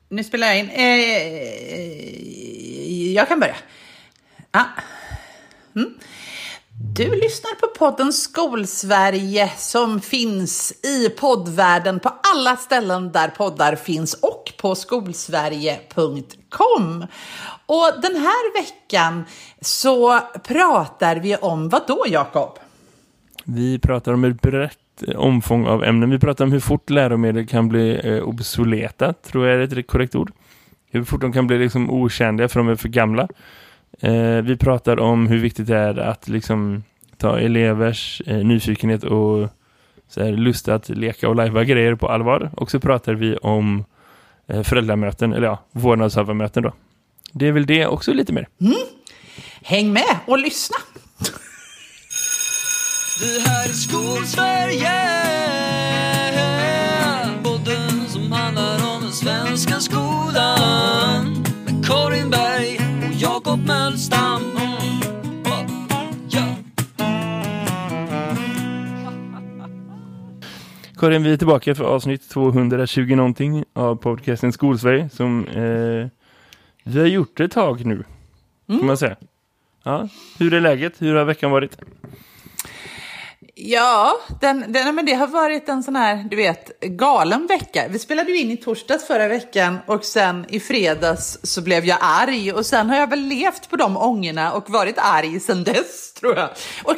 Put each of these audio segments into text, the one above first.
Nu spelar jag in. Jag kan börja. Du lyssnar på podden Skolsverige som finns i poddvärlden på alla ställen där poddar finns och på skolsverige.com. Och den här veckan så pratar vi om vad då, Jakob? Vi pratar om ett brett omfång av ämnen. Vi pratar om hur fort läromedel kan bli obsoleta, tror jag är ett korrekt ord. Hur fort de kan bli liksom okända för de är för gamla. Vi pratar om hur viktigt det är att liksom ta elevers nyfikenhet och så här, lust att leka och lajva grejer på allvar. Och så pratar vi om föräldramöten, eller ja, vårdnadshavarmöten då. Det är väl det också lite mer. Häng med och lyssna! Det här är Skolsverige, podden som handlar om den svenska skolan, med Karin Berg och Jakob Mölstam. Karin, vi är tillbaka för avsnitt 220 någonting av podcasten Skolsverige som vi har gjort ett tag nu, kan man säga. Ja, hur är läget? Hur har veckan varit? Ja, men det har varit en sån här, du vet, galen vecka. Vi spelade ju in i torsdags förra veckan och sen i fredags så blev jag arg. Och sen har jag väl levt på de ångorna och varit arg sen dess, tror jag. Och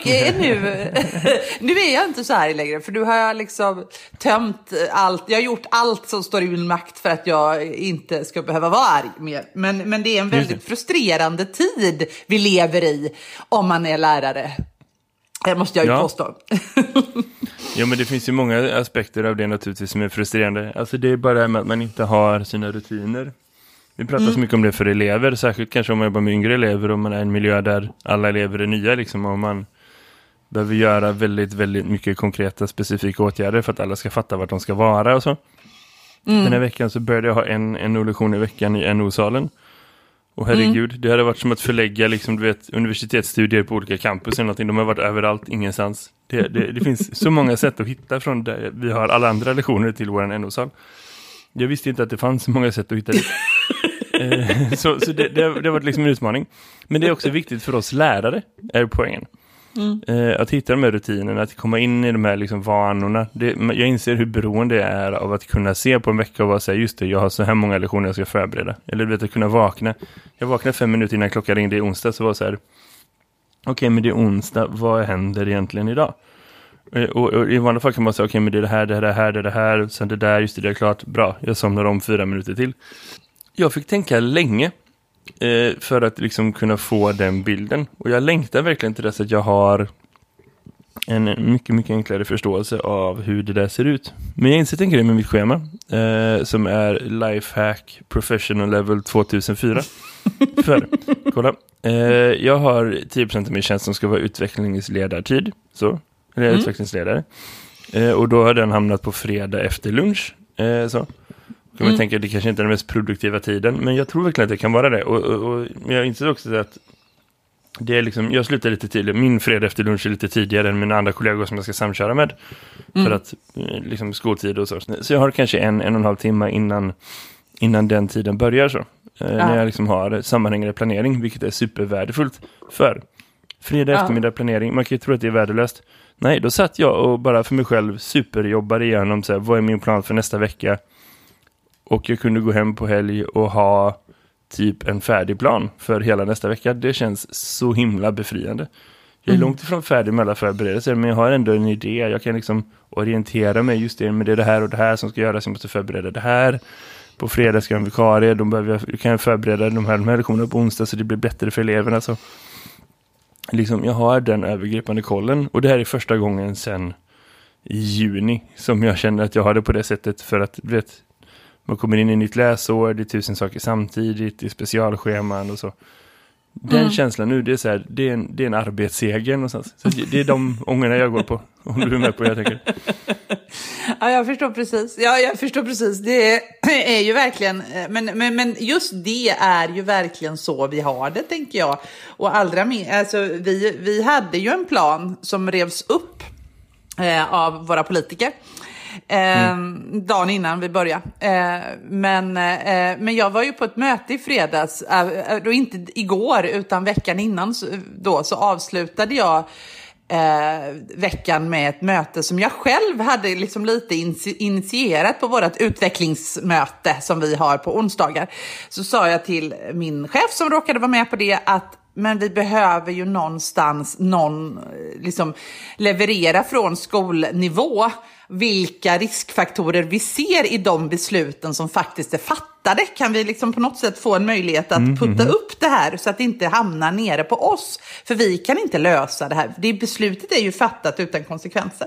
nu är jag inte så arg längre, för nu har jag liksom tömt allt. Jag har gjort allt som står i min makt för att jag inte ska behöva vara arg mer. Men det är en väldigt frustrerande tid vi lever i om man är lärare. Det måste jag ju påstå. Ja, men det finns ju många aspekter av det naturligtvis som är frustrerande. Alltså det är bara med att man inte har sina rutiner. Vi pratar så mycket om det för elever, särskilt kanske om man jobbar med yngre elever och man är en miljö där alla elever är nya liksom, och man behöver göra väldigt, väldigt mycket konkreta, specifika åtgärder för att alla ska fatta vart de ska vara och så. Den här veckan så började jag ha en lektion i veckan i NO-salen. Och herregud, det hade varit som att förlägga liksom, du vet, universitetsstudier på olika campus eller någonting. De har varit överallt, ingenstans. Det finns så många sätt att hitta från där vi har alla andra lektioner till vår NO-sal. Jag visste inte att det fanns så många sätt att hitta det. Så det har varit liksom en utmaning. Men det är också viktigt för oss lärare, är poängen. Att hitta de här rutinerna, att komma in i de här liksom vanorna. Jag inser hur beroende det är av att kunna se på en vecka och vara så här, just det, jag har så här många lektioner jag ska förbereda. Eller du vet, att kunna vakna. Jag vaknade 5 minuter innan klockan ringde i onsdag, så var så här, okej, men det är onsdag, vad händer egentligen idag? Och i vanliga fall kan man säga, okej, men det är det här, sen det där, just det är klart, bra, jag somnar om 4 minuter till. Jag fick tänka länge för att liksom kunna få den bilden. Och jag längtar verkligen till dess att jag har en mycket, mycket enklare förståelse av hur det där ser ut. Men jag inser en grej med mitt schema som är Lifehack Professional Level 2004. För, kolla. Jag har 10% av min tjänst som ska vara utvecklingsledartid. Så, eller utvecklingsledare. Och då har den hamnat på fredag efter lunch. Så. Kan man tänka att det kanske inte är den mest produktiva tiden, men jag tror verkligen att det kan vara det. Och jag inser också att det är liksom, jag slutar lite tidigare. Min fredag efter lunch är lite tidigare än mina andra kollegor som jag ska samköra med. För att liksom skoltid och så. Så jag har kanske en och en halv timme innan den tiden börjar så. När jag liksom har sammanhängande planering, vilket är supervärdefullt. För fredag eftermiddag planering, man kan ju tro att det är värdelöst. Nej, då satt jag och bara för mig själv superjobbade igenom så här, vad är min plan för nästa vecka? Och jag kunde gå hem på helg och ha typ en färdig plan för hela nästa vecka. Det känns så himla befriande. Jag är långt ifrån färdig med alla förberedelser, men jag har ändå en idé. Jag kan liksom orientera mig just det, men det är det här och det här som ska göras. Jag måste förbereda det här. På fredag ska jag ha en vikarie. Kan jag förbereda de här lektionerna på onsdag så det blir bättre för eleverna. Så liksom, jag har den övergripande kollen. Och det här är första gången sedan i juni som jag känner att jag har det på det sättet. För att, du vet, man kommer in i nytt läsår, det är 1000 saker samtidigt, det är specialscheman och så. Den känslan nu, det är så här, det är en arbetsseger någonstans. Så det är de ångorna jag går på. Håller du med på, jag tänker? Ja, jag förstår precis. Ja, jag förstår precis. Det är ju verkligen, men just det är ju verkligen så vi har det, tänker jag. Och allra mer, alltså vi hade ju en plan som revs upp av våra politiker. dagen innan vi började. Men jag var ju på ett möte i fredags, då inte igår utan veckan innan så avslutade jag veckan med ett möte som jag själv hade liksom lite initierat på vårt utvecklingsmöte som vi har på onsdagar. Så sa jag till min chef som råkade vara med på det att men vi behöver ju någonstans liksom leverera från skolnivå vilka riskfaktorer vi ser i de besluten som faktiskt är fattade. Kan vi liksom på något sätt få en möjlighet att putta upp det här så att det inte hamnar nere på oss? För vi kan inte lösa det här. Beslutet är ju fattat utan konsekvenser.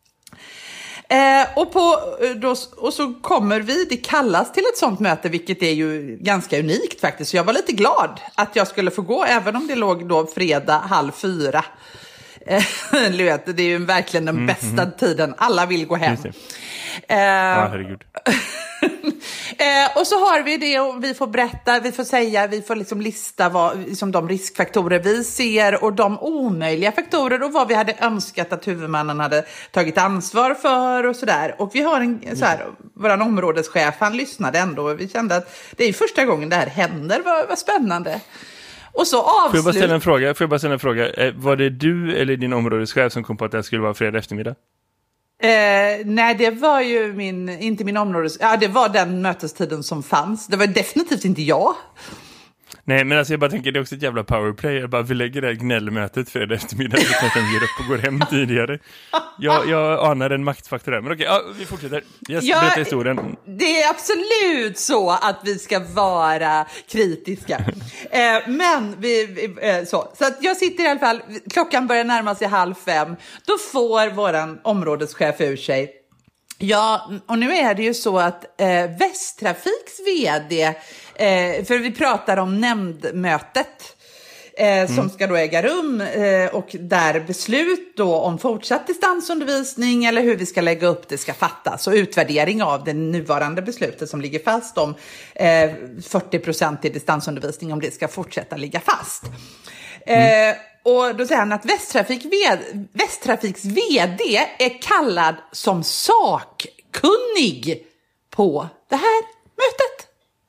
Och så kommer det kallas till ett sånt möte, vilket är ju ganska unikt faktiskt. Så jag var lite glad att jag skulle få gå, även om det låg då fredag 3:30. Det är ju verkligen den bästa tiden. Alla vill gå hem. Herregud. Och så har vi det och vi får berätta, vi får säga, vi får liksom lista liksom de riskfaktorer vi ser och de omöjliga faktorer och vad vi hade önskat att huvudmannen hade tagit ansvar för och sådär. Och vi har våran områdeschef, han lyssnade ändå och vi kände att det är första gången det här händer, vad spännande. Och så Får jag bara ställa en fråga? Var det du eller din områdeschef som kom på att det skulle vara fredag eftermiddag? Nej, det var ju inte min områdes... Ja, det var den mötestiden som fanns. Det var definitivt inte jag. Nej, men alltså jag bara tänker, det är också ett jävla powerplay. Vi lägger det här gnällmötet fredag eftermiddag så att de ger upp och går hem tidigare. Jag anar en maktfaktor där. Men okej, vi fortsätter. Berätta historien. Det är absolut så att vi ska vara kritiska. Men så att jag sitter i alla fall, klockan börjar närma sig 4:30. Då får våran områdeschef ur sig. Ja, och nu är det ju så att Västtrafiks vd, för vi pratar om nämndmötet som ska då äga rum och där beslut då om fortsatt distansundervisning eller hur vi ska lägga upp det ska fattas och utvärdering av det nuvarande beslutet som ligger fast om 40% i distansundervisning, om det ska fortsätta ligga fast. Och då säger han att Västtrafiks vd är kallad som sakkunnig på det här mötet.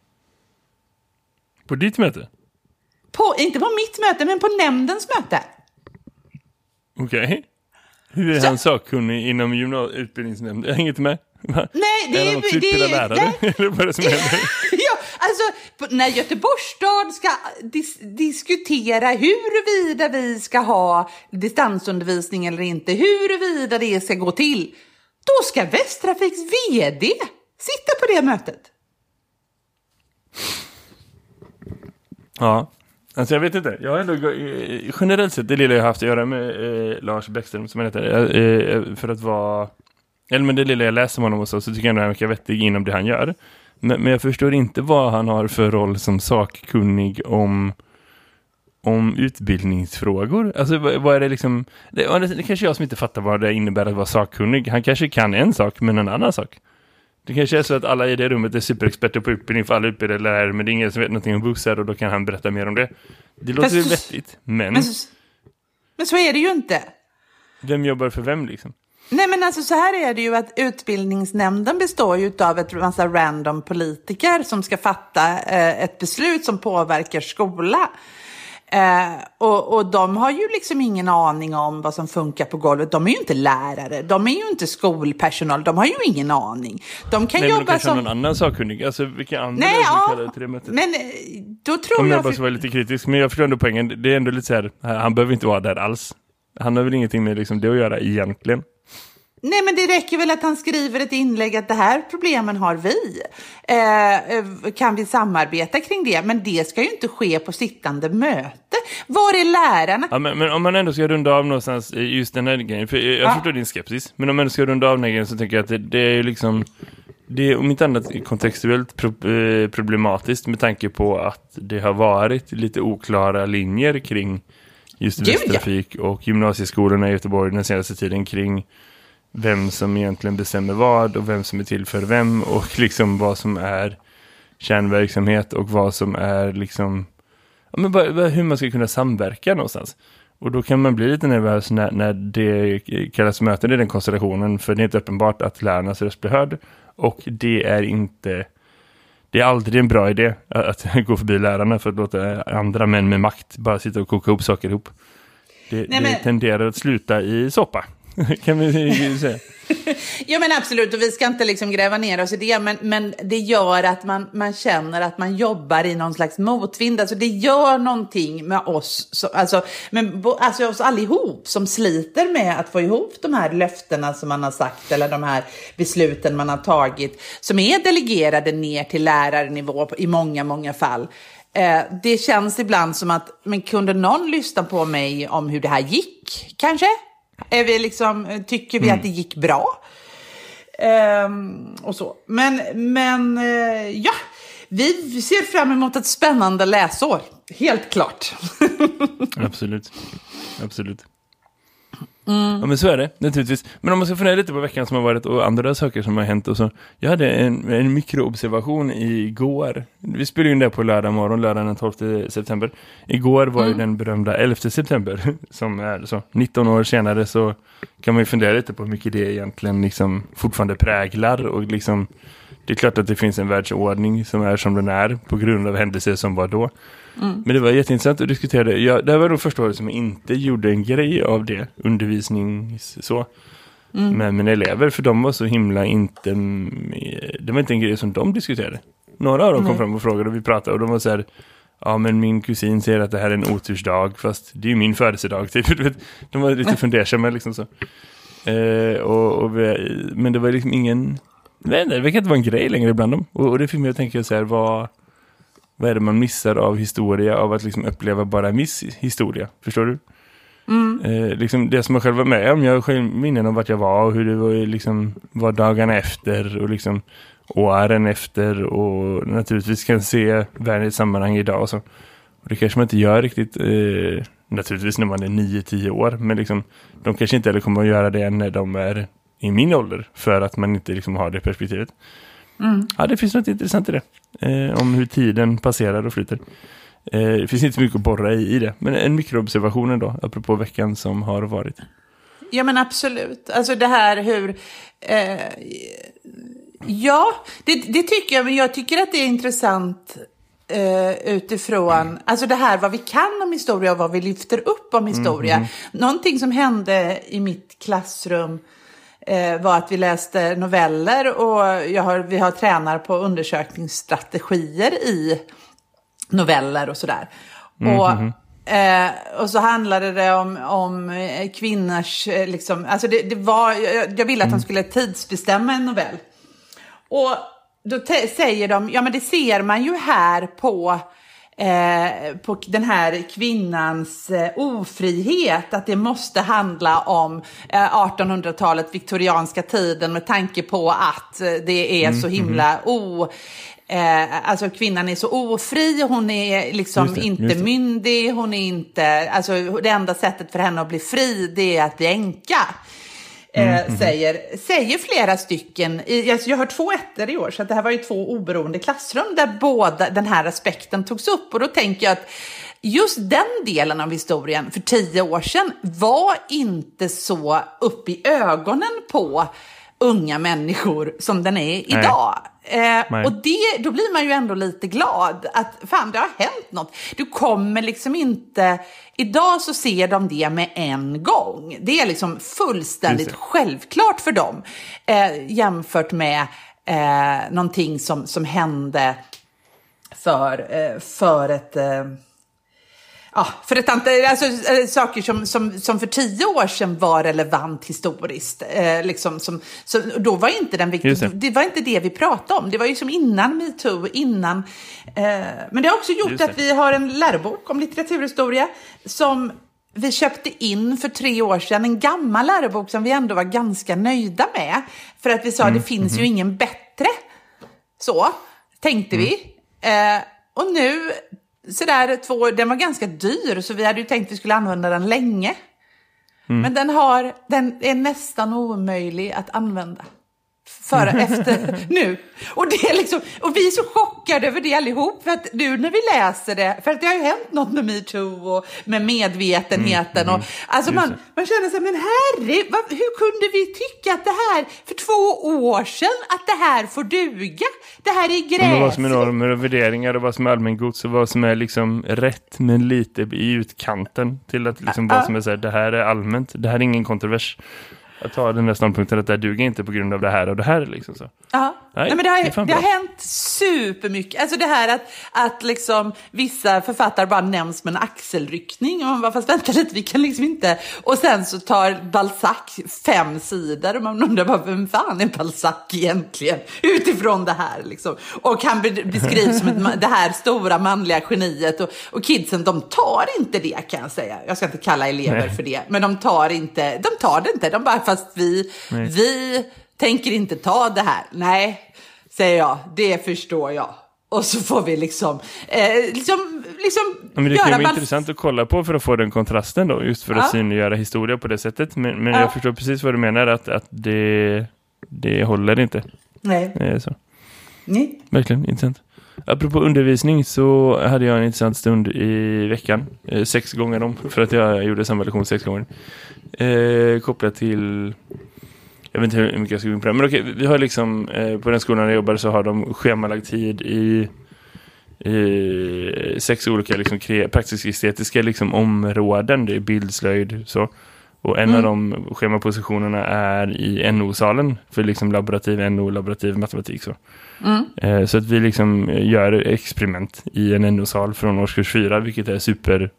På ditt möte? Inte på mitt möte, men på nämndens möte. Okej. Hur är han sakkunnig inom utbildningsnämnden? Jag hänger inte med. Nej, det är också utbildad lärare. Eller vad är det som händer? Ja, alltså när Göteborgs stad ska diskutera huruvida vi ska ha distansundervisning eller inte, huruvida det ska gå till, då ska Västtrafiks vd sitta på det mötet. Ja, alltså jag vet inte. Jag har ändå generellt sett det lilla jag haft att göra med Lars Bäckström som han heter, för att vara, eller med det lilla jag läser om honom och så tycker jag ändå han är mycket vettig inom det han gör. Men jag förstår inte vad han har för roll som sakkunnig om utbildningsfrågor. Alltså vad är det liksom, det kanske jag som inte fattar vad det innebär att vara sakkunnig. Han kanske kan en sak men en annan sak. Det kanske är så att alla i det rummet är superexperter på utbildning för alla utbildade lärare, men det är ingen som vet någonting om bussar och då kan han berätta mer om det. Det låter ju vettigt, men så är det ju inte. Vem jobbar för vem liksom? Nej, men alltså så här är det ju att utbildningsnämnden består ju av ett massa random politiker som ska fatta ett beslut som påverkar skola. Och de har ju liksom ingen aning om vad som funkar på golvet. De är ju inte lärare, de är ju inte skolpersonal, de har ju ingen aning. De kan jobba kanske som någon annan sakkunnig. Alltså vilka andra kallar till det mötet? Men då tror jag bara så var lite kritisk, men jag förstår ändå poängen. Det är ändå lite så här, han behöver inte vara där alls. Han har väl ingenting med liksom det att göra egentligen. Nej, men det räcker väl att han skriver ett inlägg att det här problemen har vi. Kan vi samarbeta kring det? Men det ska ju inte ske på sittande möte. Var är lärarna? Ja, men om man ändå ska runda av någonstans just den här grejen. För jag förstår din skepsis. Men om man ändå ska runda av den här grejen så tänker jag att det är ju liksom... Det är om inte annat kontextuellt problematiskt med tanke på att det har varit lite oklara linjer kring just Västtrafik och gymnasieskolorna i Göteborg den senaste tiden kring vem som egentligen bestämmer vad och vem som är till för vem och liksom vad som är kärnverksamhet och vad som är liksom ja, men hur man ska kunna samverka någonstans. Och då kan man bli lite nervös när det kallas möten i den konstellationen, för det är inte uppenbart att lärarnas röst blir hörd, och det är aldrig en bra idé att gå förbi lärarna för att låta andra män med makt bara sitta och koka ihop saker ihop. Det tenderar att sluta i soppa, kan vi säga. Ja, men absolut, och vi ska inte liksom gräva ner oss i det, men det gör att man känner att man jobbar i någon slags motvind. Alltså det gör någonting med oss, alltså oss allihop som sliter med att få ihop de här löftena som man har sagt, eller de här besluten man har tagit, som är delegerade ner till lärarnivå i många, många fall. Det känns ibland som att, men kunde någon lyssna på mig om hur det här gick, kanske? Tycker vi att det gick bra? Och så. Men ja, vi ser fram emot ett spännande läsår. Helt klart. Absolut. Ja, men så är det, naturligtvis. Men om man ska fundera lite på veckan som har varit och andra saker som har hänt och så. Jag hade en mikroobservation igår. Vi spelade in det på lördag den 12 september. Igår var ju den berömda 11 september. Som är så 19 år senare, så kan man ju fundera lite på hur mycket det egentligen liksom fortfarande präglar. Och liksom, det är klart att det finns en världsordning som är som den är på grund av händelser som var då. Men det var jätteintressant att diskutera det. Det var då första året som jag inte gjorde en grej av det, undervisning så, med mina elever, för de var så himla inte, det var inte en grej som de diskuterade. Några av dem kom fram och frågade och vi pratade, och de var så här: ja, men min kusin säger att det här är en otursdag, fast det är ju min födelsedag typ. De var lite fundersamma liksom så. Men det var liksom ingen, det verkar inte vara en grej längre bland dem, och det fick mig att tänka så här: vad är det man missar av historia, av att liksom uppleva bara historia? Förstår du? Liksom det som jag själv var med om. Jag har själv minnen om vart jag var och hur det var, liksom, var dagarna efter och liksom åren efter, och naturligtvis kan se världen i ett sammanhang idag och så. Och det kanske man inte gör riktigt, naturligtvis när man är 9-10 år, men liksom, de kanske inte heller kommer att göra det när de är i min ålder, för att man inte liksom har det perspektivet. Ja, det finns något intressant i det. Om hur tiden passerar och flyter. Det finns inte så mycket att borra i det. Men en mikroobservation ändå, apropå veckan som har varit. Ja, men absolut. Alltså det här hur... ja, det tycker jag. Men jag tycker att det är intressant utifrån... Alltså det här vad vi kan om historia och vad vi lyfter upp om historia. Någonting som hände i mitt klassrum var att vi läste noveller, och vi har tränare på undersökningsstrategier i noveller och sådär. Och så handlade det om kvinnors liksom, alltså det var, jag ville att de skulle tidsbestämma en novell. Och då säger de, ja men det ser man ju här på den här kvinnans ofrihet, att det måste handla om 1800-talet, viktorianska tiden, med tanke på att det är så himla alltså kvinnan är så ofri, hon är liksom inte myndig, hon är inte, alltså det enda sättet för henne att bli fri, det är att bli änka. Säger flera stycken. Jag har 2 ettor i år, så att det här var ju 2 oberoende klassrum där båda den här aspekten togs upp. Och då tänker jag att just den delen av historien för 10 år sedan var inte så upp i ögonen på unga människor som den är idag. Och då blir man ju ändå lite glad att fan, det har hänt något. Du kommer liksom inte... Idag så ser de det med en gång. Det är liksom fullständigt självklart för dem. Jämfört med någonting som hände för ett... för ett antal, alltså, saker som för 10 år sedan var relevant historiskt. Då var inte den viktig. Det var inte det vi pratade om. Det var ju som innan MeToo, innan. Men det har också gjort att vi har en lärobok om litteraturhistoria som vi köpte in för 3 år sedan. En gammal lärobok som vi ändå var ganska nöjda med. För att vi sa det finns ju ingen bättre. Så tänkte vi. Och nu... sådär den var ganska dyr, så vi hade ju tänkt att vi skulle använda den länge. Men den är nästan omöjlig att använda. före efter nu. Och det är liksom, och vi är så chockade över det allihop, för att nu när vi läser det, för att det har ju hänt något med MeToo och med medvetenheten och alltså man känner sig, men hur kunde vi tycka att det här för 2 år sedan, att det här får duga? Det här är gräs. Men vad som är normer och värderingar och vad som är allmängods och vad som är liksom rätt, men lite i utkanten till att liksom vad som är så här, det här är allmänt, det här är ingen kontrovers. Att ta den där ståndpunkten att det duger inte på grund av det här och det här liksom så. Ja, nej, men det har hänt supermycket. Alltså det här att liksom vissa författare bara nämns med en axelryckning och man bara, fast vänta lite, vi kan liksom inte. Och sen så tar Balzac 5 sidor och man undrar bara, vem fan är Balzac egentligen utifrån det här liksom. Och han beskrivs som det här stora manliga geniet och kidsen, de tar inte det, kan jag säga. Jag ska inte kalla elever för det, men de tar det inte. De bara, fast vi tänker inte ta det här. Nej, säger jag. Det förstår jag. Och så får vi liksom men det kan vara intressant att kolla på för att få den kontrasten då. Just för att synliggöra historia på det sättet. Men jag förstår precis vad du menar. Att det håller inte. Nej. Så. Nej. Verkligen intressant. Apropå undervisning så hade jag en intressant stund i veckan. 6 gånger om. För att jag gjorde samma lektion 6 gånger. Kopplat till... Jag vet inte hur mycket jag ska gå in på det. Men okej, vi har liksom... på den skolan jag jobbar så har de schemalagd tid i 6 olika liksom, praktisk-estetiska liksom, områden. Det är bildslöjd så. Och en av de schemapositionerna är i NO-salen. För liksom laborativ NO, laborativ matematik så. Så att vi liksom gör experiment i en NO-sal från årskurs 4. Vilket är super...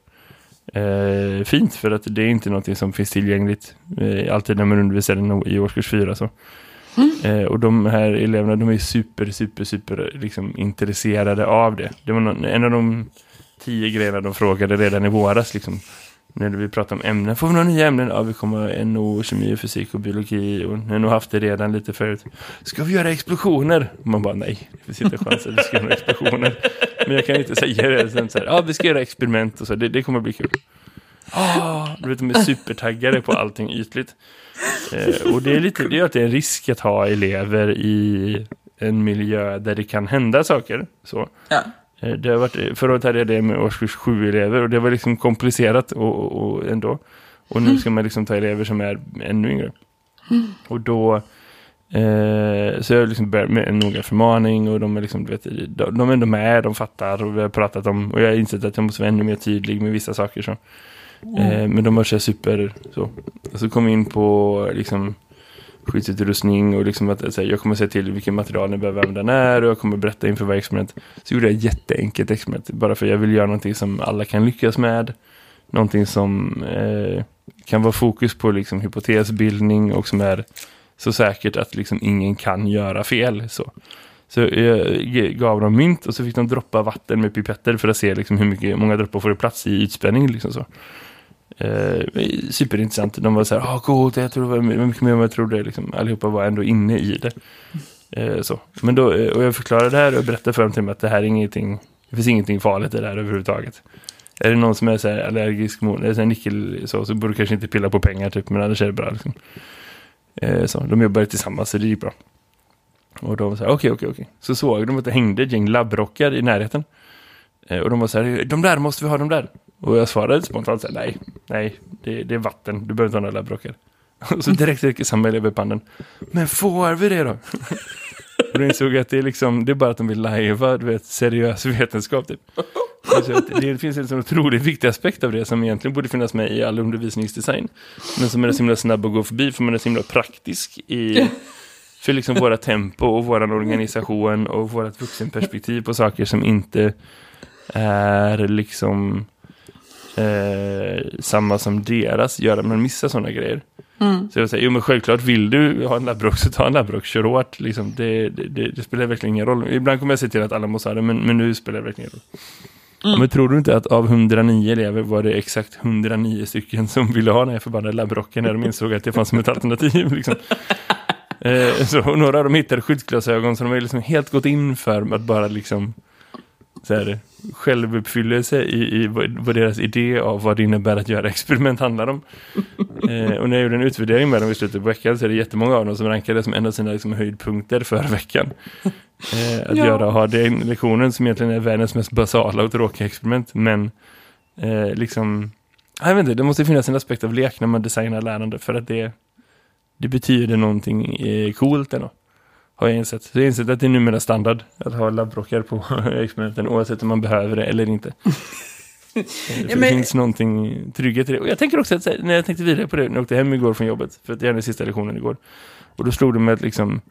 fint, för att det är inte något som finns tillgängligt alltid när man undervisar i årskurs 4 så. Och de här eleverna, de är super liksom intresserade av det. Det var en av de 10 grejerna de frågade redan i våras liksom, när vi pratade om ämnen. Får vi några nya ämnen? Ja, vi kommer NO, kemi, fysik och biologi och nu har haft det redan lite förut. Ska vi göra explosioner? Och man bara, nej, det finns inte chans att vi ska göra explosioner. Men jag kan inte säga det sen så här, ja, vi ska göra experiment och så, det kommer bli kul. Du vet, de är supertaggade på allting ytligt. Och det är alltid en risk att ha elever i en miljö där det kan hända saker. Så. Ja. Det har varit, förra året hade jag det med årskurs 7-elever och det var liksom komplicerat och ändå. Och nu ska man liksom ta elever som är ännu yngre. Och då så jag liksom börjat med en noga förmaning och de är liksom, du vet, de är ändå med, de fattar och vi har pratat om, och jag har insett att jag måste vara ännu mer tydlig med vissa saker så. Men de har sig super så. Och så kom vi in på liksom skyddsutrustning och liksom att jag kommer säga till vilken material ni behöver använda när, och jag kommer berätta inför varje experiment. Så gjorde jag ett jätteenkelt experiment bara för jag vill göra någonting som alla kan lyckas med, någonting som kan vara fokus på liksom hypotesbildning och som är så säkert att liksom ingen kan göra fel så jag gav dem mynt och så fick de droppa vatten med pipetter för att se liksom hur många droppar får det plats i utspänning liksom så. Superintressant. De var så här, coolt, jag tror det var mycket mer än vad jag trodde liksom. Allihopa var ändå inne i det. Så. Men då, och jag förklarade det här och berättade för dem till mig att det här är ingenting, det finns ingenting farligt i det här överhuvudtaget. Är det någon som är så här allergisk mot så här nickel så borde kanske inte pilla på pengar typ, men annars är det bra liksom. Så de jobbade tillsammans så det gick bra. Och de var så här, okej. Så såg de att det hängde ett gäng labbrockar i närheten. Och de var så här, de där måste vi ha, de där. Och jag svarade spontant så här, nej, det är vatten, du behöver inte ha några labbrockar. Och så direkt räcker samma elev i pannan. Men får vi det då? Och då insåg jag att det är liksom, det är bara att de vill lajva, du vet, seriös vetenskap typ. Det finns en sån otroligt viktig aspekt av det som egentligen borde finnas med i all undervisningsdesign. Men som är så himla snabb att gå förbi för man är så himla praktisk för liksom våra tempo och våran organisation och vårat vuxenperspektiv på saker som inte är liksom samma som deras, gör att man missar sådana grejer. Så jag säger, men självklart vill du ha en labbrock så ta en labbrock, kör hårt liksom, det spelar verkligen ingen roll. Ibland kommer jag se till att alla måste ha det, men nu spelar det verkligen ingen roll. Men tror du inte att av 109 elever var det exakt 109 stycken som ville ha den här förbannade labbrocken när de insåg att det fanns som ett alternativ liksom. Så några av dem hittade skyddsglasögon så de har liksom helt gått in för att bara liksom så här, självuppfyllelse i vad deras idé av vad det innebär att göra experiment handlar om. Och när jag gjorde en utvärdering med dem i slutet på veckan så är det jättemånga av dem som rankade som en av sina liksom höjdpunkter för veckan. Att ha den lektionen som egentligen är världens mest basala och tråkiga experiment. Men liksom, jag vet inte, det måste finnas en aspekt av lek när man designar lärande för att det betyder någonting coolt ändå. Har jag insett. Så jag har insett att det är numera standard att ha labbrockar på experimenten oavsett om man behöver det eller inte. Det finns någonting trygghet i det. Och jag tänker också att när jag tänkte vidare på det när jag åkte hem igår från jobbet, för att jag hade den sista lektionen igår. Och då slog det mig att liksom,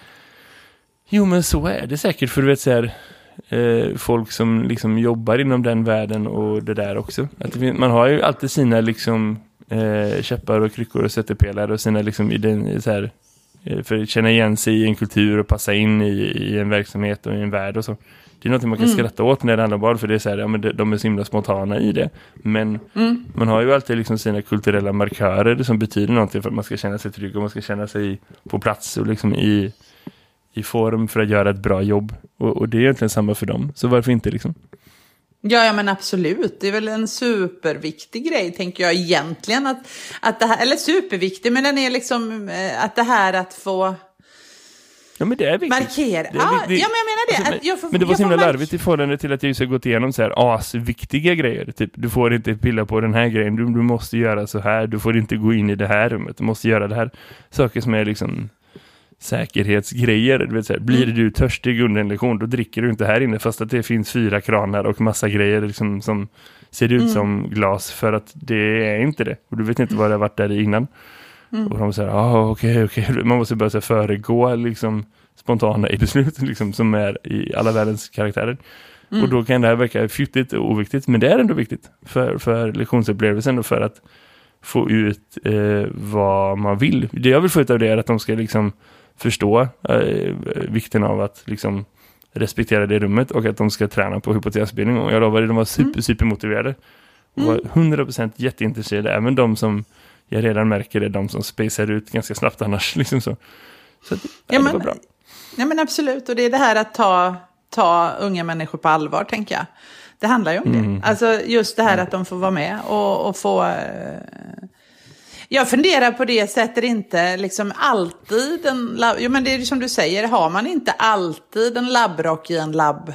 jo men så är det säkert, för du vet så här, folk som liksom jobbar inom den världen och det där också. Att man har ju alltid sina liksom käppar och kryckor och sättepelare och sina liksom så här, för att känna igen sig i en kultur och passa in i en verksamhet och i en värld och så. Det är något man kan skratta åt när det handlar bara, för det är så här, ja, men de är så himla spontana i det. Men man har ju alltid liksom sina kulturella markörer som betyder någonting för att man ska känna sig trygg och man ska känna sig på plats och liksom i form för att göra ett bra jobb. Och det är egentligen samma för dem. Så varför inte liksom? Ja, men absolut. Det är väl en superviktig grej, tänker jag egentligen. Att det här, eller superviktig, men den är liksom att det här att få... Ja, men det är viktigt. Markera. Ja, men jag menar det. Alltså, men det var så himla larvigt i förhållande till att jag ska gått igenom så här asviktiga grejer. Typ, du får inte pilla på den här grejen. Du måste göra så här. Du får inte gå in i det här rummet. Du måste göra det här. Saker som är liksom säkerhetsgrejer. Du vet, så här, blir du törstig under en lektion, då dricker du inte här inne fast att det finns 4 kranar och massa grejer liksom, som ser ut som glas, för att det är inte det. Och du vet inte vad det har varit där innan. Och de säger, okej. Man måste börja föregå liksom spontana i beslut liksom, som är i alla världens karaktärer. Och då kan det här verka fjuttigt och oviktigt, men det är ändå viktigt för lektionsupplevelsen och för att få ut vad man vill. Det jag vill få ut av det är att de ska liksom förstå vikten av att liksom respektera det rummet och att de ska träna på hypotesbildning. Och jag lovar det, de var super motiverade. Och var 100% jätteintresserade. Även de som jag redan märker är de som spacear ut ganska snabbt annars. Liksom så det var bra. Ja, men absolut. Och det är det här att ta unga människor på allvar, tänker jag. Det handlar ju om det. Alltså just det här att de får vara med och få... Jag funderar på det sättet, inte liksom alltid jo, men det är som du säger, har man inte alltid en labbrock i en labb,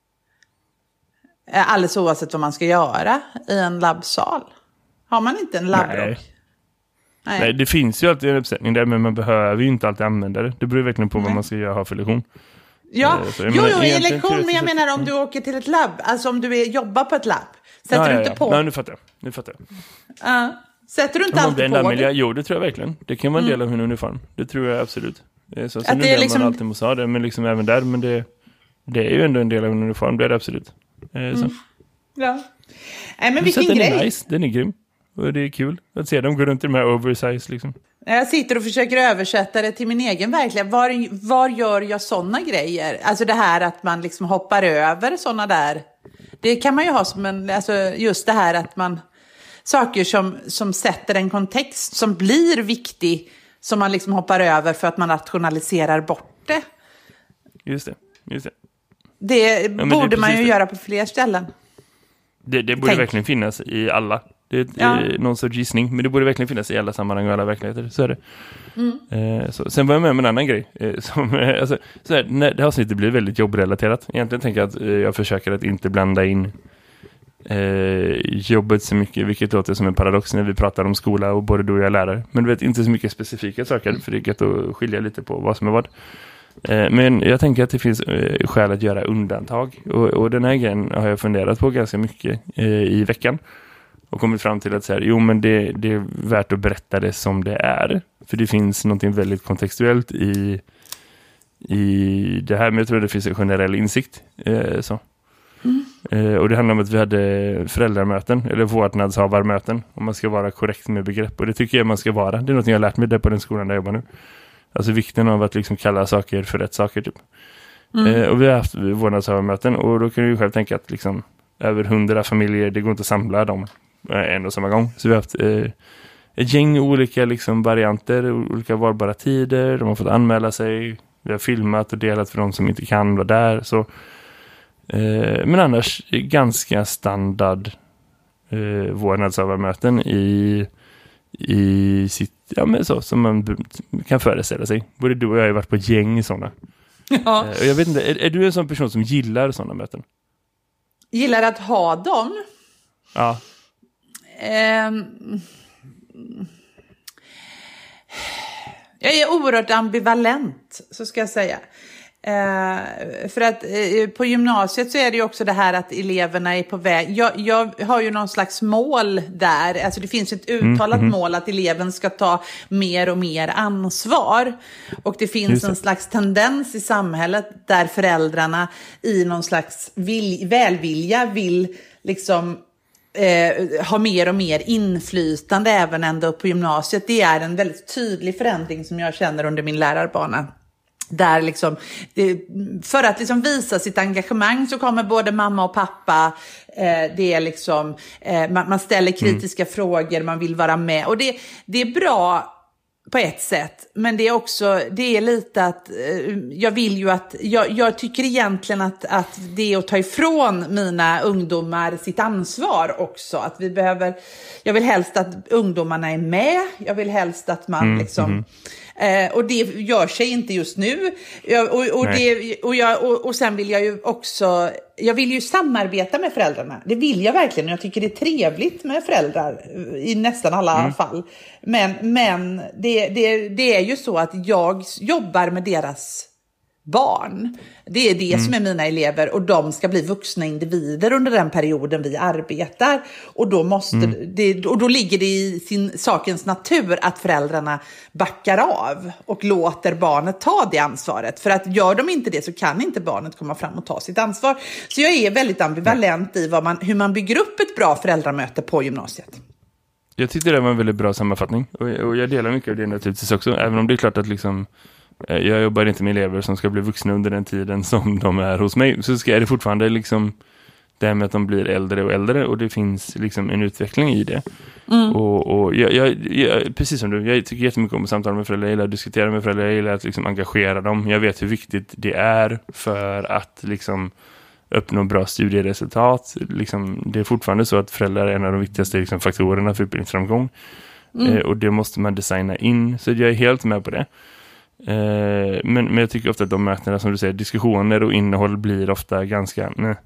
alldeles oavsett vad man ska göra i en labbsal? Har man inte en labbrock? Nej, det finns ju alltid en uppsättning där, men man behöver ju inte alltid använda det. Det beror verkligen på vad man ska ha för lektion. Ja, i en lektion, men jag menar om du åker till ett labb, alltså om du jobbar på ett labb, sätter du inte på... Nej, nu fattar jag. Sätter du inte alltid på det? Jo, det tror jag verkligen. Det kan vara en del av en uniform. Det tror jag absolut. Så att det är liksom... man alltid måste ha det, men liksom även där, men det är ju ändå en del av en uniform, det är det absolut. Så. Ja. Nej, men vilken grej. Den är nice, den är grym. Och det är kul att se dem gå runt i de här oversize liksom. Jag sitter och försöker översätta det till min egen verklighet. Var gör jag sådana grejer? Alltså det här att man liksom hoppar över sådana där. Det kan man ju ha som en... Alltså just det här att man... Saker som sätter en kontext som blir viktig, som man liksom hoppar över för att man rationaliserar bort det. Just det. Det borde man ju göra på fler ställen. Det borde verkligen finnas i alla. Det är någon sorts gissning, men det borde verkligen finnas i alla sammanhang och alla verkligheter. Så är det. Sen var jag med en annan grej. Alltså, så här, när det avsnittet blir väldigt jobbrelaterat. Egentligen tänker jag att jag försöker att inte blanda in jobbet så mycket, vilket låter som en paradox när vi pratar om skola och både du och jag är lärare. Men du vet, inte så mycket specifika saker, för det är gött att skilja lite på vad som är vad. Men jag tänker att det finns skäl att göra undantag. Och den här grejen har jag funderat på ganska mycket i veckan. Och kommit fram till att säga, men det är värt att berätta det som det är. För det finns någonting väldigt kontextuellt i det här. Men jag tror det finns en generell insikt. Och det handlar om att vi hade föräldramöten eller vårdnadshavarmöten, om man ska vara korrekt med begrepp. Och det tycker jag man ska vara. Det är något jag har lärt mig där på den skolan där jag jobbar nu. Alltså vikten av att liksom kalla saker för rätt saker typ. Och vi har haft vårdnadshavarmöten, och då kan du ju själv tänka att liksom över 100 familjer, det går inte att samla dem en och samma gång. Så vi har haft ett gäng olika liksom varianter, olika valbara tider. De har fått anmäla sig. Vi har filmat och delat för de som inte kan vara där. Så Men annars ganska standard vårdnadshavarmöten i sitt, ja men så som man kan föreställa sig. Både du och jag har ju varit på ett gäng i sådana. Ja. Och jag vet inte, är du en sån person som gillar sådana möten? Gillar att ha dem? Ja. Jag är oerhört ambivalent, så ska jag säga. För att på gymnasiet så är det ju också det här att eleverna är på väg. Jag har ju någon slags mål där. Alltså det finns ett uttalat mål att eleven ska ta mer och mer ansvar. Och det finns en slags tendens i samhället där föräldrarna i någon slags välvilja vill liksom ha mer och mer inflytande även ända upp på gymnasiet. Det är en väldigt tydlig förändring som jag känner under min lärarbana. Där liksom, för att liksom visa sitt engagemang så kommer både mamma och pappa, det är liksom, man ställer kritiska frågor, man vill vara med. Och det är bra på ett sätt, men det är också, det är lite att jag vill ju att, jag tycker egentligen att det är att ta ifrån mina ungdomar sitt ansvar också. Att jag vill helst att ungdomarna är med, jag vill helst att man och det gör sig inte just nu. Och sen vill jag ju också, jag vill ju samarbeta med föräldrarna. Det vill jag verkligen. Jag tycker det är trevligt med föräldrar i nästan alla fall. Men det är ju så att jag jobbar med deras barn. Det är det som är mina elever, och de ska bli vuxna individer under den perioden vi arbetar. Och då då ligger det i sakens natur att föräldrarna backar av och låter barnet ta det ansvaret. För att gör de inte det så kan inte barnet komma fram och ta sitt ansvar. Så jag är väldigt ambivalent i hur man bygger upp ett bra föräldramöte på gymnasiet. Jag tyckte det var en väldigt bra sammanfattning. Och jag delar mycket av det naturligtvis också. Även om det är klart att liksom, jag jobbar inte med elever som ska bli vuxna under den tiden som de är hos mig. Så är det fortfarande liksom det här med att de blir äldre och äldre. Och det finns liksom en utveckling i det. Och jag, precis som du, jag tycker jättemycket om att samtala med föräldrar. Jag gillar att diskutera med föräldrar. Jag gillar att liksom engagera dem. Jag vet hur viktigt det är för att liksom uppnå bra studieresultat. Liksom, det är fortfarande så att föräldrar är en av de viktigaste liksom, faktorerna för utbildningsframgång. Och det måste man designa in. Så jag är helt med på det. Men jag tycker ofta att de mötena, som du säger, diskussioner och innehåll blir ofta ganska men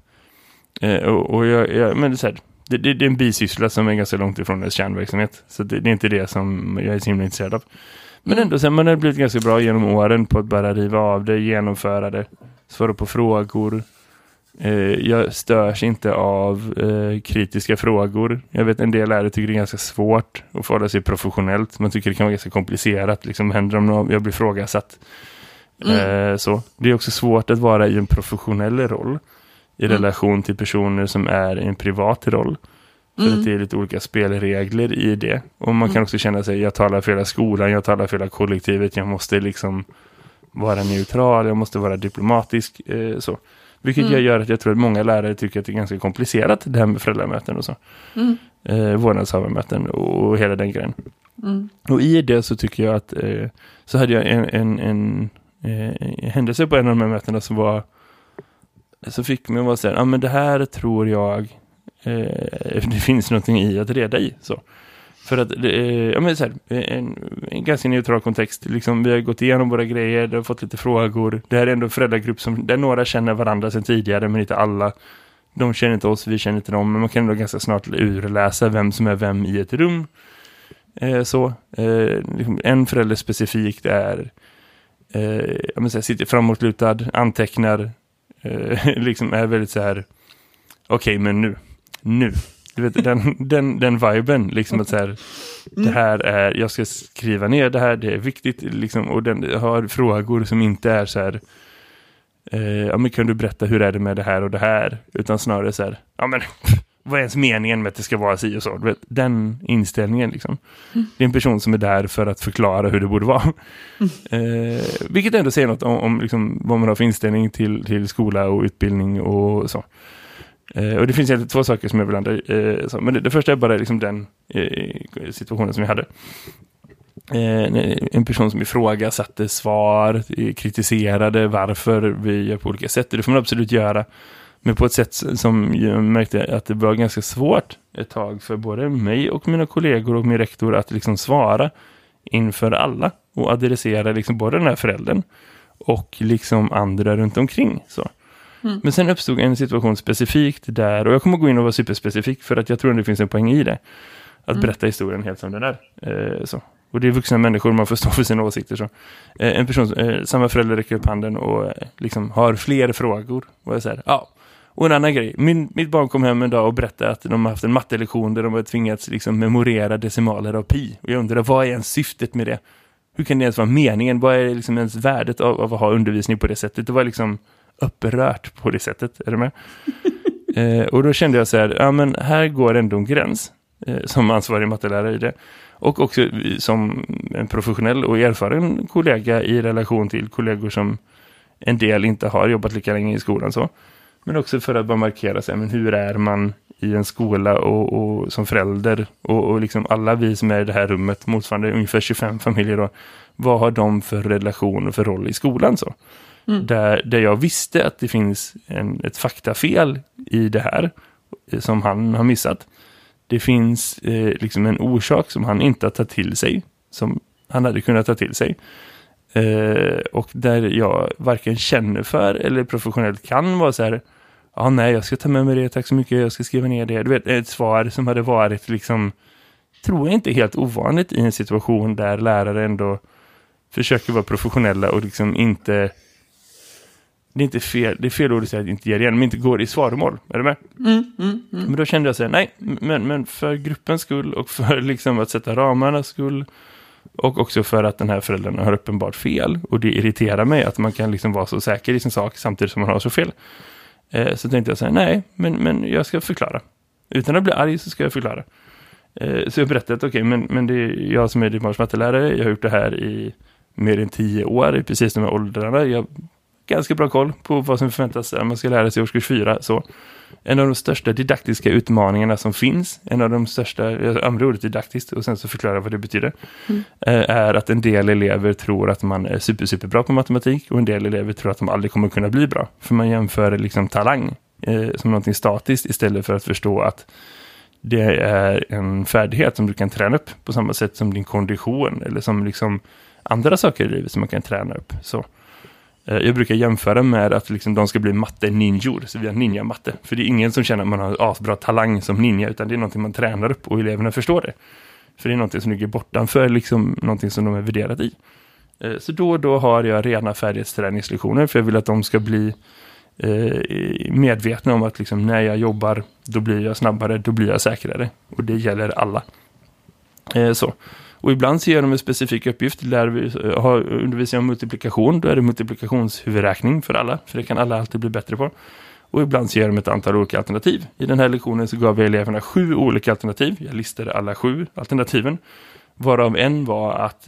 det är så här, det är en bisyssla som är ganska långt ifrån dess kärnverksamhet. Så det är inte det som jag är så himla intresserad av. Men ändå sen man har blivit ganska bra genom åren på att bara riva av det, genomföra det, svara på frågor. Jag störs inte av kritiska frågor. Jag vet en del lärare tycker det är ganska svårt att förhålla sig professionellt. Man tycker det kan vara ganska komplicerat. Liksom, händer om jag blir frågasatt. Så. Det är också svårt att vara i en professionell roll i relation till personer som är i en privat roll. För att det är lite olika spelregler i det. Och man kan också känna sig, jag talar för hela skolan, jag talar för hela kollektivet. Jag måste liksom vara neutral, jag måste vara diplomatisk. Så. Vilket gör att jag tror att många lärare tycker att det är ganska komplicerat det här med föräldramöten och så. Vårdnadshavarmöten och hela den grejen. Och i det så tycker jag att så hade jag en händelse på en av de här mötena som var, så fick mig att vara så här, men det här tror jag det finns någonting i att reda i så. För att så här, en ganska neutral kontext. Liksom, vi har gått igenom våra grejer, det har fått lite frågor. Det här är ändå en föräldragrupp där några känner varandra sedan tidigare, men inte alla. De känner inte oss, vi känner inte dem. Men man kan ändå ganska snart urläsa vem som är vem i ett rum. Liksom, en förälder specifikt är sitter framåtlutad, antecknar, liksom är väldigt så här, okej, men nu. Du vet, den viben, liksom att så här, det här är, jag ska skriva ner det här, det är viktigt, liksom, och den har frågor som inte är så här, men kan du berätta hur är det med det här och det här, utan snarare så här, vad är ens meningen med att det ska vara si och så, du vet, den inställningen liksom. Det är en person som är där för att förklara hur det borde vara. Vilket ändå säger något om liksom, vad man har för inställning till skola och utbildning och så. Och det finns egentligen två saker som jag vill ändra. Men det första är bara liksom den situationen som jag hade. En person som ifrågasatte svar, kritiserade varför vi gör på olika sätt. Det får man absolut göra. Men på ett sätt som jag märkte att det var ganska svårt ett tag för både mig och mina kollegor och min rektor att liksom svara inför alla och adressera liksom både den här föräldern och liksom andra runt omkring. Så. Men sen uppstod en situation specifikt där, och jag kommer gå in och vara superspecifik för att jag tror att det finns en poäng i det. Att berätta historien helt som den är. Så. Och det är vuxna människor, man får stå för sina åsikter. Så. En person, samma förälder räcker upp handen och liksom har fler frågor. Och jag säger, ja. Och en annan grej, mitt barn kom hem en dag och berättade att de har haft en mattelektion där de har tvingats liksom memorera decimaler av pi. Och jag undrar, vad är ens syftet med det? Hur kan det ens vara meningen? Vad är liksom ens värdet av att ha undervisning på det sättet? Det var liksom upprört på det sättet, är du med? Och då kände jag så här, ja men här går ändå en gräns som ansvarig mattelärare i det. Och också som en professionell och erfaren kollega i relation till kollegor som en del inte har jobbat lika länge i skolan så. Men också för att bara markera sig, men hur är man i en skola och som förälder och liksom alla vi som är i det här rummet motsvarande ungefär 25 familjer då, vad har de för relation och för roll i skolan så? Där jag visste att det finns ett faktafel i det här som han har missat. Det finns liksom en orsak som han inte har tagit till sig, som han hade kunnat ta till sig. Och där jag varken känner för eller professionellt kan vara så här, ja nej jag ska ta med mig det, tack så mycket, jag ska skriva ner det. Du vet, ett svar som hade varit liksom, tror jag inte helt ovanligt i en situation där lärare ändå försöker vara professionella och liksom inte, det är inte fel, det är fel ord att säga att inte ger igen, men inte går i svaromål, är du med? Men då kände jag så här, nej, men för gruppens skull och för liksom att sätta ramarnas skull och också för att den här föräldern har uppenbart fel och det irriterar mig att man kan liksom vara så säker i sin sak samtidigt som man har så fel. Så tänkte jag så här, nej, men jag ska förklara. Utan att bli arg så ska jag förklara. Så jag berättade att okej, men det är jag som är din barns mattelärare, jag har gjort det här i mer än 10 år, i precis de här åldrarna. Jag har ganska bra koll på vad som förväntas när man ska lära sig i årskurs 4. Så en av de största didaktiska utmaningarna som finns, en av de största, jag använder ordet didaktiskt och sen så förklarar jag vad det betyder, är att en del elever tror att man är superbra på matematik och en del elever tror att de aldrig kommer kunna bli bra. För man jämför liksom talang som någonting statiskt istället för att förstå att det är en färdighet som du kan träna upp på samma sätt som din kondition eller som liksom andra saker i livet som man kan träna upp. Så jag brukar jämföra med att liksom de ska bli matte-ninjor, så vi har ninja-matte. För det är ingen som känner att man har asbra talang som ninja, utan det är någonting man tränar upp och eleverna förstår det. För det är någonting som ligger bortanför liksom någonting som de är värderat i. Så då och då har jag rena färdighetsträningslektioner för jag vill att de ska bli medvetna om att liksom, när jag jobbar då blir jag snabbare, då blir jag säkrare. Och det gäller alla. Så. Och ibland ser de en specifik uppgift där vi har undervisning om multiplikation. Då är det multiplikationshuvudräkning för alla. För det kan alla alltid bli bättre på. Och ibland ser de ett antal olika alternativ. I den här lektionen så gav vi eleverna 7 olika alternativ. Jag listade alla 7 alternativen. Varav en var att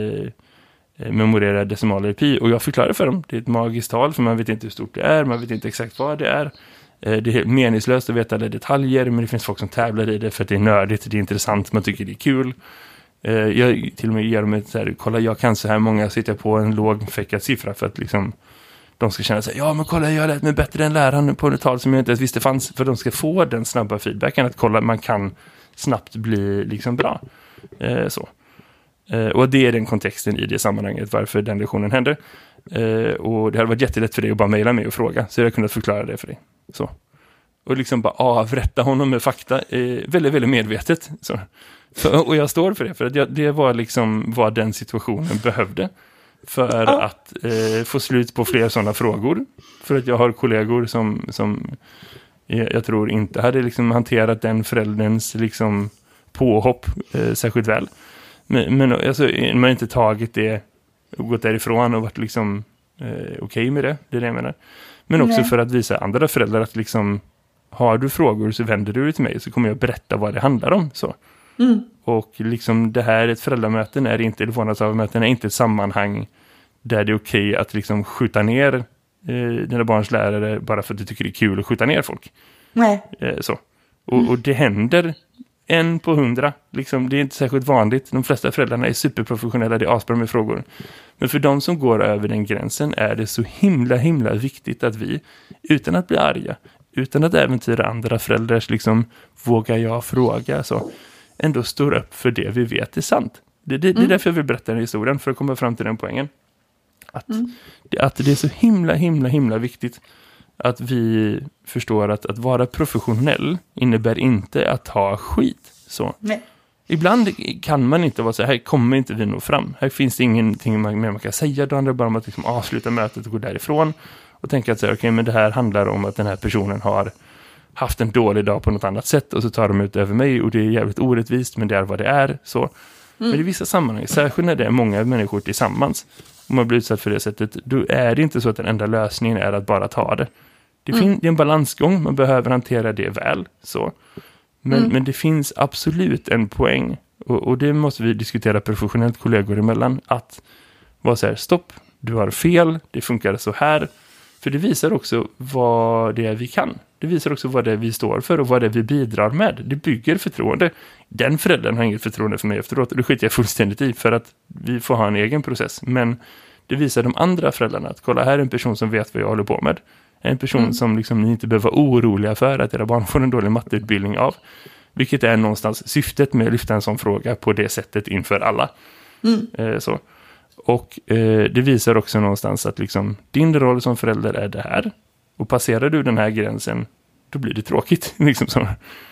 memorera decimaler i pi. Och jag förklarade för dem. Det är ett magiskt tal för man vet inte hur stort det är. Man vet inte exakt vad det är. Det är helt meningslöst att veta alla detaljer. Men det finns folk som tävlar i det för att det är nördigt. Det är intressant. Man tycker det är kul. Jag till och med ger dem ett så här, kolla jag kan så här många sitta på en låg fäckad siffra för att liksom de ska känna sig, ja men kolla jag lät mig bättre än läraren på ett tal som jag inte ens visste fanns, för de ska få den snabba feedbacken att kolla man kan snabbt bli liksom bra. Så. Och det är den kontexten i det sammanhanget varför den lektionen hände. Och det hade varit jättelätt för dig att bara mejla mig och fråga så jag kunde förklara det för dig. Så. Och liksom bara avrätta honom med fakta väldigt, väldigt medvetet. Så. Och jag står för det, för att det var liksom vad den situationen behövde för att få slut på fler sådana frågor. För att jag har kollegor som jag tror inte hade liksom hanterat den förälderns liksom påhopp särskilt väl. Men alltså, man har inte tagit det och gått därifrån och varit liksom okej med det, det är det jag menar. Men också för att visa andra föräldrar att liksom, har du frågor så vänder du dig till mig så kommer jag berätta vad det handlar om. Så. Och liksom det här ett föräldramöten är inte, telefonavmöten är inte ett sammanhang där det är okej att liksom skjuta ner dina barns lärare bara för att du tycker det är kul att skjuta ner folk. Nej. Så. Och det händer 1 på 100. Liksom, det är inte särskilt vanligt. De flesta föräldrarna är superprofessionella, det är asbra med frågor. Men för de som går över den gränsen är det så himla viktigt att vi, utan att bli arga, utan att äventyra andra föräldrars liksom, vågar jag fråga, så ändå står upp för det vi vet är sant. Det är därför jag vill berätta den här historien, för att komma fram till den poängen. Att det är så himla viktigt att vi förstår att vara professionell innebär inte att ha skit. Så. Nej. Ibland kan man inte vara så här kommer inte vi nå fram. Här finns det ingenting man kan säga. Då handlar det bara om att liksom avsluta mötet och gå därifrån. Och tänka att okej, men det här handlar om att den här personen har haft en dålig dag på något annat sätt. Och så tar de ut över mig och det är jävligt orättvist, men det är vad det är. Så. Men i vissa sammanhang, särskilt när det är många människor tillsammans, om man blir utsatt för det sättet, då är det inte så att den enda lösningen är att bara ta det. Det är en balansgång, man behöver hantera det väl. Så. Men det finns absolut en poäng, och det måste vi diskutera professionellt kollegor emellan, att vara så här, stopp, du har fel, det funkar så här. För det visar också vad det är vi kan. Det visar också vad det är vi står för och vad det är vi bidrar med. Det bygger förtroende. Den föräldern har inget förtroende för mig efteråt, och det skiter jag fullständigt i, för att vi får ha en egen process. Men det visar de andra föräldrarna att kolla, här är en person som vet vad jag håller på med. En person som liksom ni inte behöver vara oroliga för att era barn får en dålig matteutbildning av. Vilket är någonstans syftet med att lyfta en sån fråga på det sättet inför alla. Så. Och det visar också någonstans att liksom, din roll som förälder är det här. Och passerar du den här gränsen, då blir det tråkigt. Liksom så.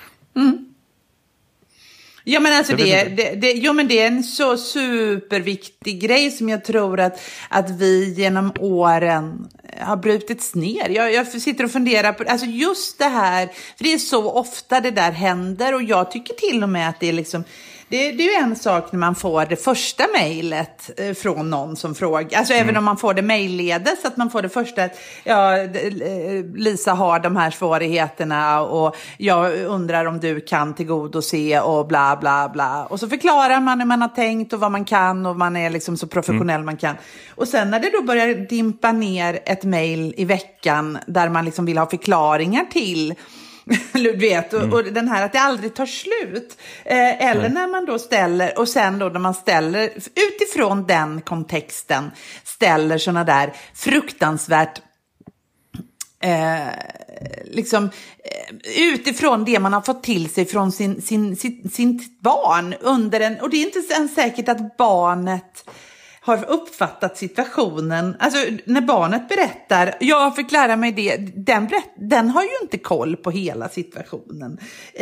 Ja, men alltså det är en så superviktig grej som jag tror att vi genom åren har brutits ner. Jag sitter och funderar på, alltså just det här, för det är så ofta det där händer, och jag tycker till och med att det är liksom, det är ju en sak när man får det första mejlet från någon som frågar. Alltså även om man får det mejlledes, att man får det första, Lisa har de här svårigheterna och jag undrar om du kan tillgodose och bla bla bla. Och så förklarar man hur man har tänkt och vad man kan, och man är liksom så professionell man kan. Och sen när det då börjar dimpa ner ett mejl i veckan där man liksom vill ha förklaringar till, du vet, och den här att det aldrig tar slut, eller när man då ställer, och sen då när man ställer utifrån den kontexten ställer såna där fruktansvärt liksom utifrån det man har fått till sig från sin barn under en, och det är inte ens säkert att barnet har uppfattat situationen. Alltså när barnet berättar, jag fick lära mig det, den har ju inte koll på hela situationen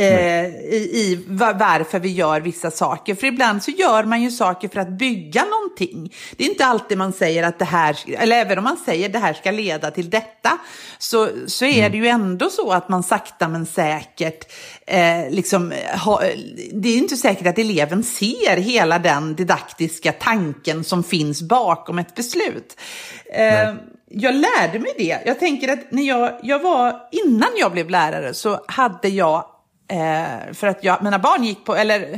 i varför vi gör vissa saker. För ibland så gör man ju saker för att bygga någonting. Det är inte alltid man säger att det här, eller även om man säger det här ska leda till detta, så är det ju ändå så att man sakta men säkert liksom, det är inte säkert att eleven ser hela den didaktiska tanken som finns bakom ett beslut. Jag lärde mig det. Jag tänker att när jag var, innan jag blev lärare, så hade jag, för att mina barn gick på, eller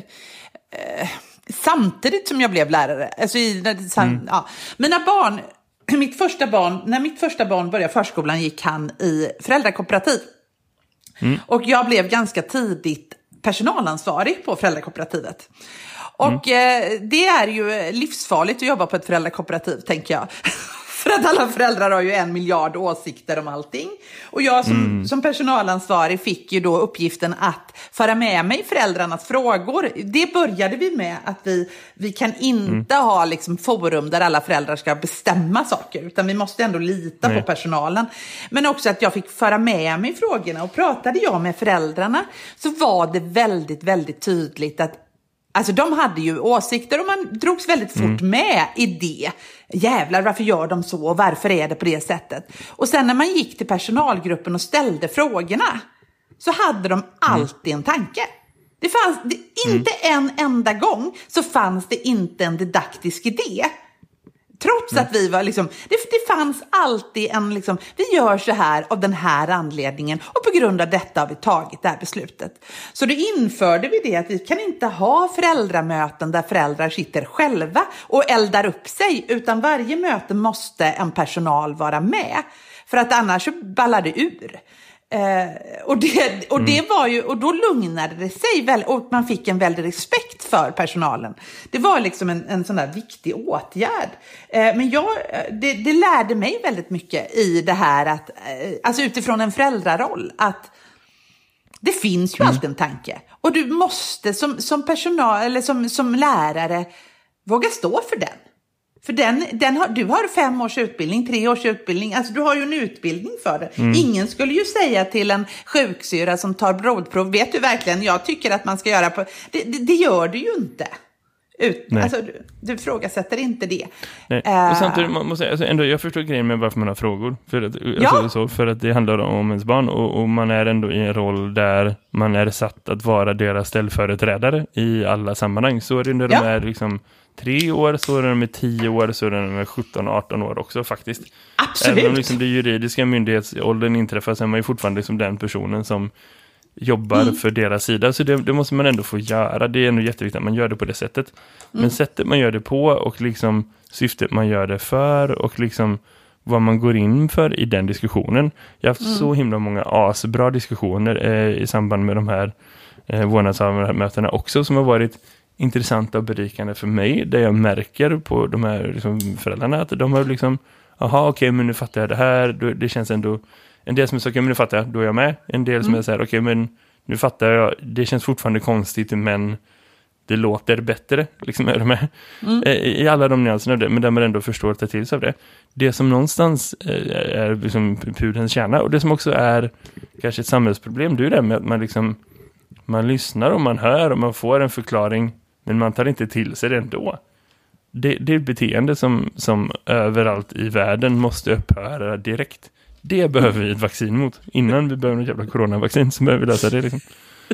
samtidigt som jag blev lärare, alltså mina barn, när mitt första barn började förskolan gick han i föräldrakooperativ. Och jag blev ganska tidigt personalansvarig på föräldrakooperativet. Och det är ju livsfarligt att jobba på ett föräldrakooperativ, tänker jag. För att alla föräldrar har ju 1 miljard åsikter om allting. Och jag som personalansvarig fick ju då uppgiften att föra med mig föräldrarnas frågor. Det började vi med, att vi kan inte ha liksom forum där alla föräldrar ska bestämma saker. Utan vi måste ändå lita på personalen. Men också att jag fick föra med mig frågorna. Och pratade jag med föräldrarna, så var det väldigt, väldigt tydligt att alltså de hade ju åsikter, och man drogs väldigt fort med i det. Jävlar, varför gör de så? Och varför är det på det sättet? Och sen när man gick till personalgruppen och ställde frågorna, så hade de alltid en tanke. Det fanns inte en enda gång så fanns det inte en didaktisk idé. Trots att vi var liksom, det fanns alltid en liksom, vi gör så här av den här anledningen, och på grund av detta har vi tagit det här beslutet. Så då införde vi det, att vi kan inte ha föräldramöten där föräldrar sitter själva och eldar upp sig, utan varje möte måste en personal vara med. För att annars så ballar det ur. Det var ju, och då lugnade det sig väl, och man fick en väldig respekt för personalen. Det var liksom en sån där viktig åtgärd. Men det lärde mig väldigt mycket i det här att, alltså utifrån en föräldraroll, att det finns ju alltid en tanke. Och du måste som personal eller som lärare våga stå för den. För du har 5 års utbildning, 3 års utbildning. Alltså du har ju en utbildning för det. Ingen skulle ju säga till en sjuksyra som tar blodprov, vet du verkligen, jag tycker att man ska göra på... Det gör du ju inte. Alltså du ifrågasätter inte det. Nej. Och samtidigt, man måste, alltså ändå, jag förstår grejen med varför man har frågor. För att det handlar om ens barn. Och man är ändå i en roll där man är satt att vara deras ställföreträdare i alla sammanhang. Så är det när de är liksom 3 år, så är de med 10 år, så är de med 17-18 år också faktiskt. Absolut. Även om liksom det juridiska myndighetsåldern inträffar, så är man ju fortfarande liksom den personen som jobbar för deras sida. Så det måste man ändå få göra. Det är ändå jätteviktigt att man gör det på det sättet. Men sättet man gör det på och liksom syftet man gör det för och liksom vad man går in för i den diskussionen. Jag har haft så himla många asbra diskussioner i samband med de här vårdnadshavarmötena också, som har varit intressanta och berikande för mig, där jag märker på de här liksom, föräldrarna att de har liksom, men nu fattar jag det här, det känns ändå, en del som är så, men nu fattar jag, då är jag med. En del som är så här, men nu fattar jag, det känns fortfarande konstigt, men det låter bättre, liksom, är det med? I alla de nyanserna av det, men där man ändå förstår att ta till sig av det. Det som någonstans är liksom pudelns kärna, och det som också är kanske ett samhällsproblem, det är det med att man liksom, man lyssnar och man hör och man får en förklaring, men man tar inte till sig det ändå. Det är ett beteende som överallt i världen måste upphöra direkt. Det behöver vi ett vaccin mot. Innan vi behöver ett jävla coronavaccin så behöver vi lösa det. Liksom.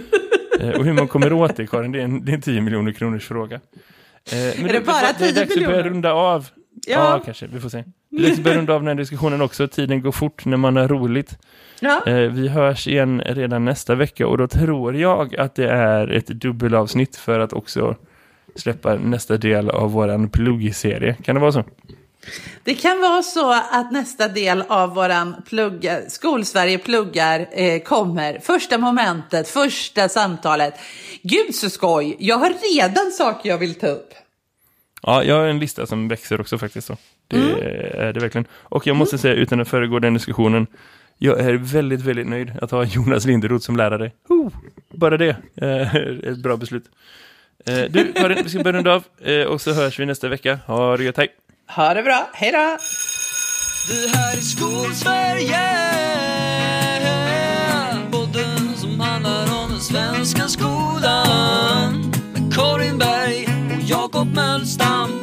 Och hur man kommer åt det, Karin, det är en 10 miljoner kronors fråga. Men är det bara 10 miljoner? Det är dags att börja runda av. Ja, kanske. Vi får se. Det är dags att börja runda av den här diskussionen också. Tiden går fort när man har roligt. Ja. Vi hörs igen redan nästa vecka, och då tror jag att det är ett dubbelavsnitt för att också släppa nästa del av våran pluggserie. Kan det vara så? Det kan vara så att nästa del av våran Skolsverige pluggar kommer. Första momentet, första samtalet. Gud så skoj, jag har redan saker jag vill ta upp. Ja, jag har en lista som växer också faktiskt. Så. Det är det verkligen. Och jag måste säga, utan att föregå den diskussionen, jag är väldigt, väldigt nöjd att ha Jonas Linderoth som lärare. Bara det är ett bra beslut. Du, Karin, vi ska börja runda av och så hörs vi nästa vecka. Ha det gött, hej! Ha det bra, hej då! Det här är Skolsverige, podden som handlar om den svenska skolan, med Karin Berg och Jakob Mölstam.